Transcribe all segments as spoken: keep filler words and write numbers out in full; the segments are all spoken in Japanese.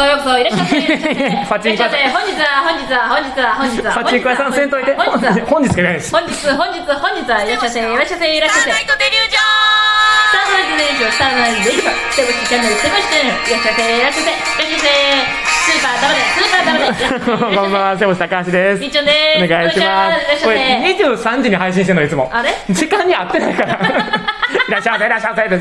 そようこそいらっしゃっていらっしゃってパチンコ屋さん本日は本日は本日は本日はパチンコ屋さんせんといて。 本日は本日しかいないです。 本日本日本日はいらっしゃっていらっしゃっていらっしゃってナイトデリュージスターナイトデリュージョンスターナイトデリュージョンセブチチャンネルセブチチャンネルいらっしゃっていらっしゃっていらっしゃってスーパーダメでスーパーダメでこんばんは、瀬星高橋です。 みっちょんです。 お願いします。これにじゅうさんじに配信してるのいつも。 あれ時間に合ってないから。いらっしゃいませいらっしゃいませです。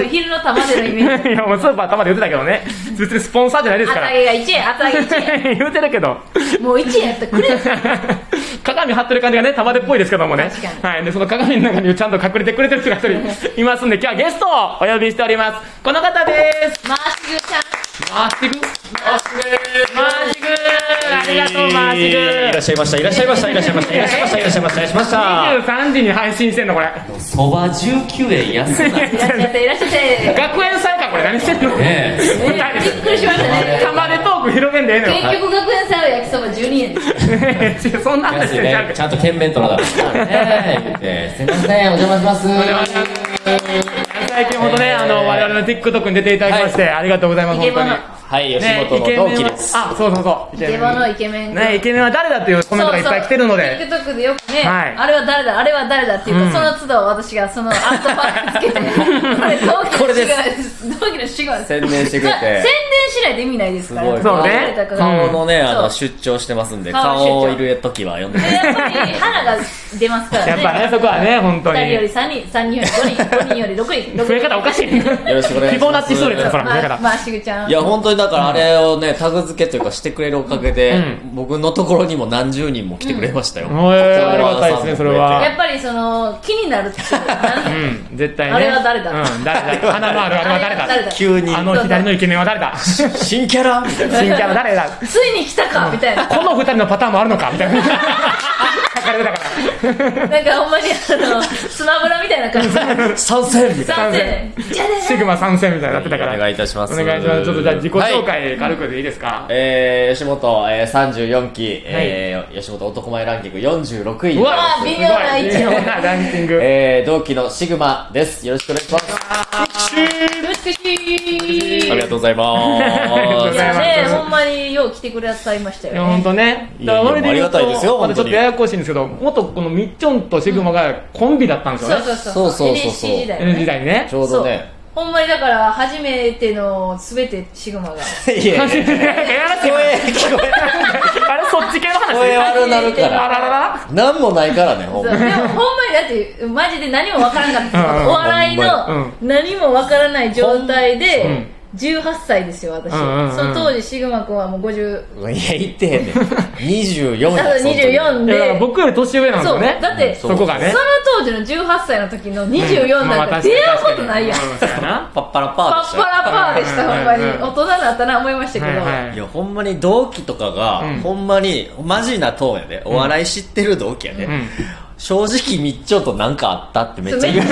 昼の玉でのイメージ。 いやもうスーパー玉で言ってたけどね。別にスポンサーじゃないですから。 厚揚げがいちえん、厚揚げいちえん。 言うてるけど。 もういちえんやったらくれ。 鏡張ってる感じがね玉でっぽいですけどもね。 確かに。 はい。でその鏡の中にちゃんと隠れてくれてる人が一人いますんで、今日はゲストをお呼びしております。この方です。 マーシグちゃん。 マーシグ。マーシグ。マーシグ。ありがとうマーシグ。 いらっしゃいましたいらっしゃいましたいらっしゃいましたいらっしゃいましたいらっしゃいましたいらっしゃいましたにじゅうさんじに配信してんのこれ。 そばじゅうきゅうえん安ない。 いらっしゃっていらっしゃって。 学園祭かこれ何してんの。 ねえ。 びっくりしましたね。 玉でトーク広げんでええのよ。 結局学園祭は焼きそばじゅうにえんです。 そんな話してね、ちゃんと剣弁取らなかったね。えー、すみませんお邪魔します。 お邪魔します。最近ほどねあの我々の TikTok に出ていただきましてありがとうございます本当に。 はい吉本の同期です。 あそうそうそう。 イケボのイケメン。 ねイケメンは誰だっていうコメントがいっぱい来てるので。 TikTok でよくねあれは誰だあれは誰だっていうとその都度私がそのアートパーつけてこれ同期の死後です。 宣伝してくれて。 宣伝しないと意味ないですから。 そうね。 顔のねあの出張してますんで顔いる時は読んで。 やっぱり花が出ますからね。 やっぱねそこはね本当に。 ふたりよりさんにんさんにんよりごにんごにんよりろくにん。 増え方おかしい。 よろしくお願いします。 フィボナッチストレートだから増え方。 まあしぐちゃん。 いや本当にだからあれをねタグ付けというかしてくれるおかげで僕のところにも何十人も来てくれましたよ。 ありがたいですねそれは。 やっぱりその気になるってうん絶対ね。 あれは誰だ。 うん誰だ。花のあるあれは誰だ。 急にあの左のイケメンは誰だ。 新キャラみたいな。 新キャラ誰だ。 ついに来たかみたいな。 この二人のパターンもあるのかみたいな。書かれてたから。 なんかほんまにあのスマブラみたいな感じ。 参戦みたいな。 参戦。 シグマ参戦みたいになってたから。 お願いいたします。 お願いします。ちょっとじゃあ自己紹介軽くでいいですか。 えー、吉本、えー、さんじゅうよんき、えー、吉本男前ランキングよんじゅうろくい。 うわー微妙な位置。 微妙なランキング。 えー、同期のシグマです。よろしくお願いします。 美しい。 ありがとうございます。 いやねほんまによう来てくださいましたよね。 いや本当ね。 いやいやありがたいですよまだちょっとややこしいんですけど、元このみっちょんとシグマがコンビだったんですよね。 そうそうそう。 そうそうそうエヌエイチシー 時代エヌ 時代にね。 ちょうどね。 ほんまにだから初めてのすべてシグマが。 いやいや。 声聞こえ。あれそっち系の話。 声悪なるかあらら。 らら。 なんもないからねほんまに。 でもほんまにだってマジで何もわからなかった。お笑いの何もわからない状態で。じゅうはっさいですよ私、うんうんうん、その当時シグマ君はもうごじゅういや言ってへんねんにじゅうよんやにじゅうよんで僕より年上なんですよね。 そうだってそこがねその当時のじゅうはっさいの時のにじゅうよんなんか出会うことないやん、うん、 パッパラパーでしたパッパラパーでしたほんまに大人になったな思いましたけど、はいはい、いやほんまに同期とかが、うん、ほんまにマジなトーンやでお笑い知ってる同期やで、うん、正直みっちょんとなんかあったってめっちゃ言う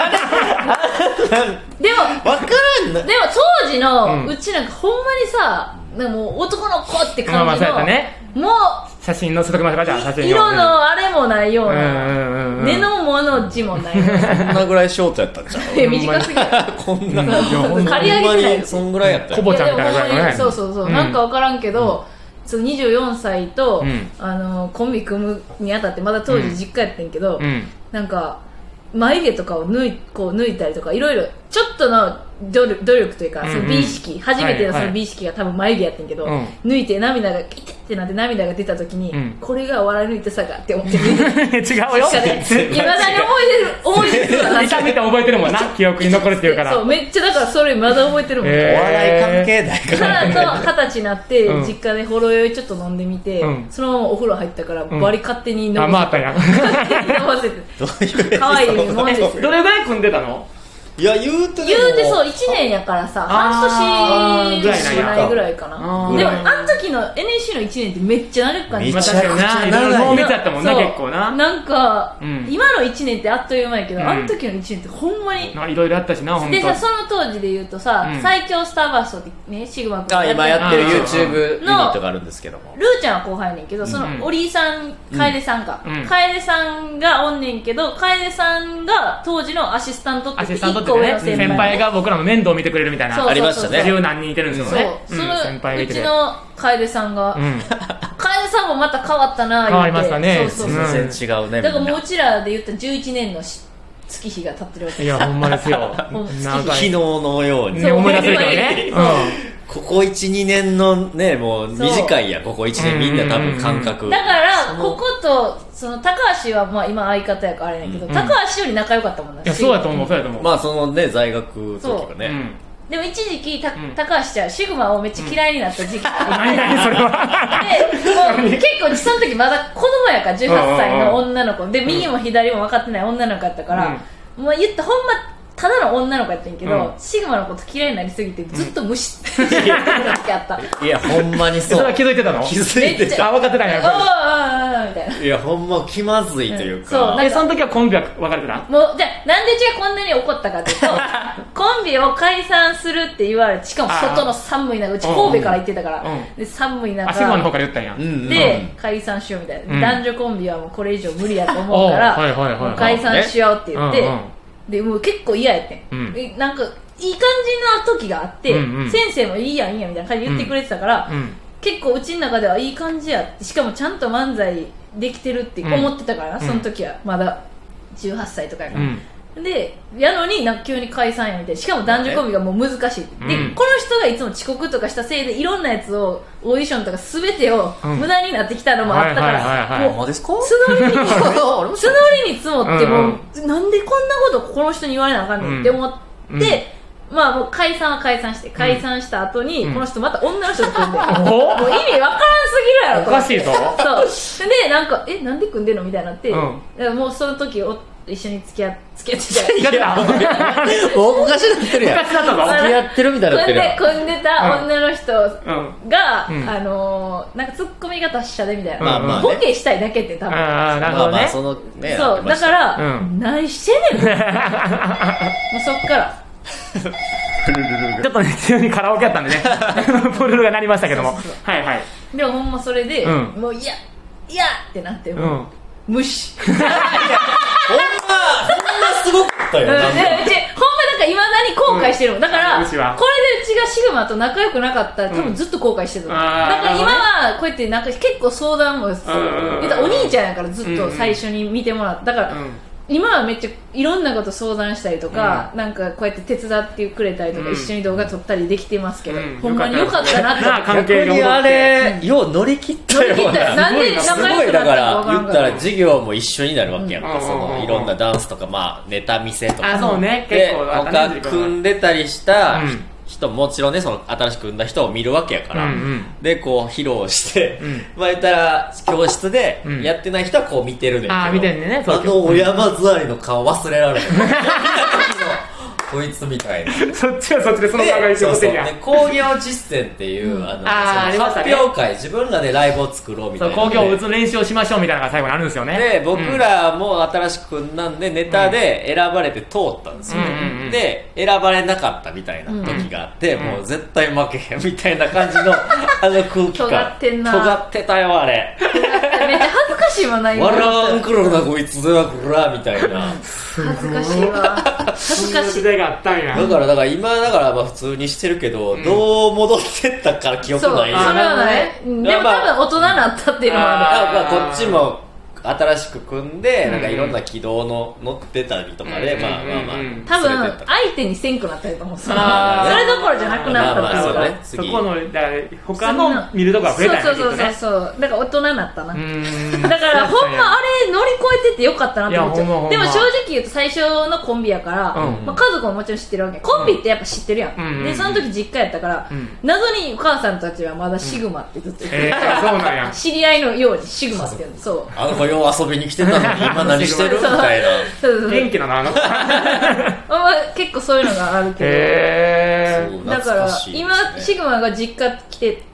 でも分からんな。 でも当時のうちなんかほんまにさなんかもう男の子って感じの、ね、もう写真載せときましょうかじゃあ写真色のあれもないような根のもの字もないようなこんなぐらいショートやったんちゃう短すぎるこんな刈り上げてないそんぐらいやったコボちゃんみたいなぐらいのねそうそうそう、うん、なんか分からんけど、うん、そのにじゅうよんさいと、うん、あのコンビ組むにあたってまだ当時実家やってんけど、うん、なんか眉毛とかを抜い、こう抜いたりとかいろいろちょっとの努力、努力というか、うんうん、その美意識初めてのその美意識が多分眉毛やってんけど、はいはい、抜いて涙がキテってなって涙が出た時に、うん、これが笑い抜いてさがって思ってる違うよいまだに覚えてる覚えてるから痛みて覚えてるもんな記憶に残るっていうからそうめっちゃだからそれまだ覚えてるもん、 えー、お笑い関係ないからと二十歳になって、うん、実家でほろ酔いちょっと飲んでみて、うん、そのままお風呂入ったから、うん、バリ勝手に飲ませて、 あ、まあ、たやん勝手に飲ませてどういう可愛いもんですよどれぐらい組んでたの？ いや言うて言うてそういちねんやからさ半年ぐらいないぐらいかな。でもあの時時の エヌエスシー のいちねんってめっちゃ長く感じめちゃくちゃ長い濃密だったもんな結構な。 なんか、 うん、 今のいちねんってあっという間やけど、 うん、 あの時のいちねんってほんまにいろいろあったしな。ほんとでさ、その当時で言うとさ、うん、最強スターバーストってね、シグマ君が今やってる YouTube ユニットがあるんですけども、 ルーちゃんは後輩やねんけど、そのおりさん、楓さんか、うん、楓さんがおんねんけど、楓さんが当時のアシスタントって言っていっこ上の先輩、 先輩が僕らの面倒を見てくれるみたいなありましたね。 十何人いてるんですよね。 そう、そのうちの楓さんが、楓さんもまた変わったな。 変わりましたね。 そうそうそう、全然違うね。 だからもううちらで言ったじゅういちねんの月日が経ってるわけ。 いやほんまですよ。 昨日のように思い出せるけどね。 ここいち、にねんのね、もう短いや、ここいちねんみんな多分感覚。 だから、ここと、その、高橋はまあ今相方やからあれやけど、うん、高橋より仲良かったもんな。 いや、そうやと思う、そうやと思う。 まあそのね、在学時がね。うん、 でも一時期、た、高橋ちゃん、シグマをめっちゃ嫌いになった時期があって。 何々それは。 で、もう結構、その時まだ子供やから、じゅうはっさいの女の子。で、右も左も分かってない女の子やったから、もう言ったほんま、ただの女の子やったんやけど、うん、シグマのこと嫌いになりすぎてずっと無視してる時あった。 いやほんまにそう。 それは気づいてたの？ 気づいてた。 あ、分かってたんや。 ああみたいな。 いやほんま気まずいというか。 うん、そう。 でその時はコンビは分かれてた？ もうじゃあなんでうちがこんなに怒ったかというと、コンビを解散するって言われて、しかも外の寒い中、うち神戸から行ってたから、うん、で寒い中。 あ、シグマの方から言ったんや。 で解散しようみたいな、うん。男女コンビはもうこれ以上無理やと思うから、もう解散しようって言って。うんうん、でもう結構嫌やってん、うん、なんかいい感じの時があって、うんうん、先生もいいやんいいやんみたいな感じで言ってくれてたから、うん、結構うちの中ではいい感じやって、しかもちゃんと漫才できてるって思ってたから、うん、その時はまだじゅうはっさいとかやから、うん、でやのになんか急に解散やみたいな、しかも男女コンビがもう難しいって、うん、でこの人がいつも遅刻とかしたせいでいろんなやつをオーディションとか全てを無駄になってきたのもあったから、もう募りに募りに積もってもう、うん、なんでこんなことこの人に言われなあかんねんって思って、うんうん、まあもう解散は解散して解散した後に、うん、この人また女の人と組んで、うん、もう意味わからんすぎるやろおかしいぞ。 そうでなんかえなんで組んでんのみたいになって、うん、だからもうその時お一緒に付き合付き合ってたやつおかしなってるやん。付き合ってるみたいになってるやん。 組んでた女の人が、うん、あのー、なんかツッコミが達者でみたいな、まあまあね、ボケしたいだけって多分。 ああなるほどね。まあまあそのね、 そうだから、うん、何してんねん。もうそっから。 ちょっとね急にカラオケやったんでねプルルが鳴りましたけども。そうそうそうはいはい。 でもほんまそれで、うん、もういやいやってなってもう、うん、無視。ほんまほんますごかったよ。 うん、でうちほんまだからいまだに後悔してるもん。だから、うん、これでうちがシグマと仲良くなかったら多分ずっと後悔してる、うん、だから今はこうやってなんか結構相談も、うん、言ったらお兄ちゃんやからずっと最初に見てもらっただから、うん、今はめっちゃいろんなこと相談したりとか、うん、なんかこうやって手伝ってくれたりとか、うん、一緒に動画撮ったりできてますけど、うん、ほんまによかったなって関係が戻ってあれ、うん、よう乗り切ったよ。乗り切ったなんで仲良くなったか分からんから言ったら授業も一緒になるわけやんか、うん、そのいろんなダンスとか、まあ、ネタ見せとかあそう、ね、 結構他組んでたりした、うん人もちろんねその新しく組んだ人を見るわけやから、うんうん、でこう披露して、うん、まあ言ったら教室でやってない人はこう見てるねんけど、 あ見てんねねあのお山座りの顔忘れられないこいつみたいなそっちはそっちでその考えそうそうね工業実践っていう、うん、あのあその発表会、ね、自分らでライブを作ろうみたいな工業を打つ練習をしましょうみたいなのが最後にあるんですよねで僕らも新しく組んだんでネタで選ばれて通ったんですよね、うんうんうん、で選ばれなかったみたいな時があって、うん、もう絶対負けへんみたいな感じのあの空気感尖ってんな尖ってたよあれめっちゃ恥ずかしいもんない笑わんくろなこいつではくらみたいな恥ずかしいわ恥ずかしい時代があったんやだからだから今だからまあ普通にしてるけど、うん、どう戻ってったから記憶ないそうそれはねでも多分大人になったっていうのもある、まあ、こっちも新しく組んで、うん、なんかいろんな軌道の乗ってたりとかで、うん、まあまあまあ多分相手にせんくなったりと思うそれどころじゃなくなったっていうか、まあまあ そ, ね、 そこのだから他の見るとこが増えたんやそうそうそうそうだから大人になったなだからほんまあれ乗り越えててよかったなって思っちゃうでも正直言うと最初のコンビやから、うんまあ、家族ももちろん知ってるわけコンビってやっぱ知ってるやん、うん、でその時実家やったから、うん、謎にお母さんたちはまだシグマってずっと言ってる、うんえー、そうなんや知り合いのようにシグマって言うのそうあの子よう遊びに来てたのに今何してるみたいなそうそう元気だなあの子結構そういうのがあるけど、 へだから今シグマが実家来て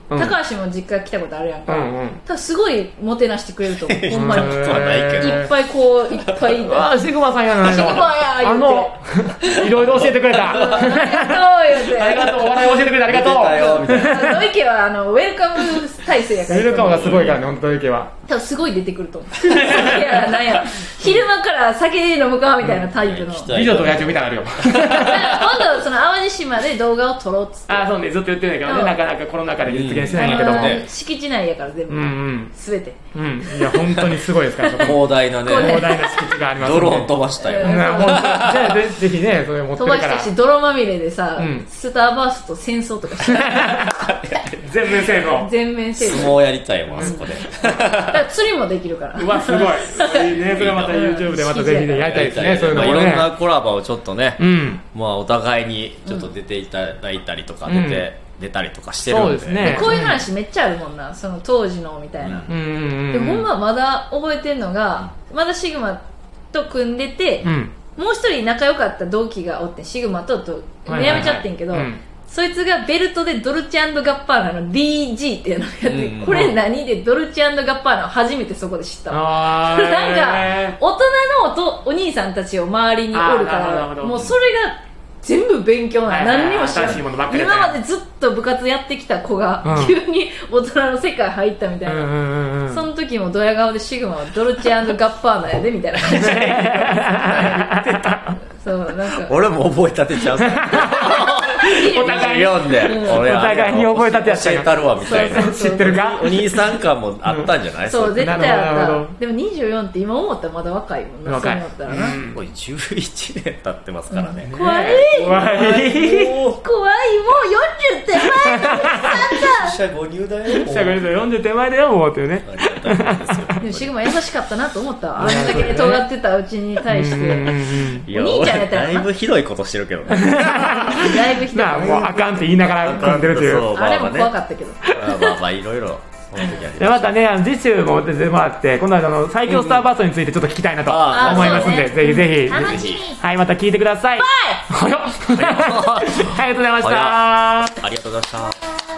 高橋も実家来たことあるやんか、 うんうん、 多分すごいもてなしてくれると思うほんまにいっぱいこういっぱいあシグマさんやないのシグマや言うてあのいろいろ教えてくれたありがとう言うてありがとうお笑い教えてくれてありがとう土井家はあのウェルカム体制やからウェルカムがすごいからね本当土井家は多分すごい出てくると思ういやなんや昼間から酒飲むかみたいなタイプの、 美女と野鳥みたいなのあるよ今度その淡路島で動画を撮ろうっつってあそうねずっと言ってるんだけどねなかなかコロナ禍で実現しないんだけども、 ね、敷地内やから全部、うんうん、全て、 うん、いや本当にすごいですから広大なね広大な敷地がありますのでドローン飛ばしたよ、 うん、じゃあぜぜひねそれ持ってるから飛ばしたし泥まみれでさ、うん、スターバースト戦争とかして全面性能全面性能相撲やりたいもんあそこでだから釣りもできるからうわすごいいいねそれまた YouTube でまたぜひやりたいですねそういうのもね、 まあ、いろんなコラボをちょっとね、うん、まあお互いにちょっと出ていただいたりとか出て、うん、出たりとかしてるんで、そうですね、こういう話めっちゃあるもんなその当時のみたいな、うん、でほんままだ覚えてんのがまだシグマと組んでて、うん、もう一人仲良かった同期がおってシグマとと辞めちゃってんけど、はいはいはい、うんそいつがベルトでドルチェ&ガッパーナの ディージー っていうのをやって、うん、これ何でドルチェ&ガッパーナを初めてそこで知ったのなんか大人の お, お兄さんたちを周りにおるからもうそれが全部勉強な、はいはい、何にも知らない今までずっと部活やってきた子が、うん、急に大人の世界入ったみたいな、うんうんうん、その時もドヤ顔でシグマはドルチェ&ガッパーナやでみたいな感じで言ってたそうなんか俺も覚えたてちゃうお互いに読んで、うん、 お互いに覚えたてやった教えたるわみたいな知ってるかお兄さん感もあったんじゃない、うん、 そう絶対あったでもにじゅうよんって今思ったらまだ若いもんな若いそう思ったらな、 うん、これじゅういちねん経ってますからね、 うん、怖い怖い怖いもうよんじゅう手前の四捨五入だよ四捨五入だよよんじゅう手前だよもうっていうねでもシグマ優しかったなと思ったあんだけ尖ってたうちに対してお兄ちゃんやったらだいぶひどいことしてるけどねだいぶひどいなあもうあかんって言いながら組んでるっていうあれも怖かったけどまあまあいろいろまたねあの次週も出てもらって今度はあの最強スターバーストについてちょっと聞きたいなと思いますんで、うん、ぜひぜひ楽しみはいまた聞いてくださいバイありがとうございましたありがとうございました。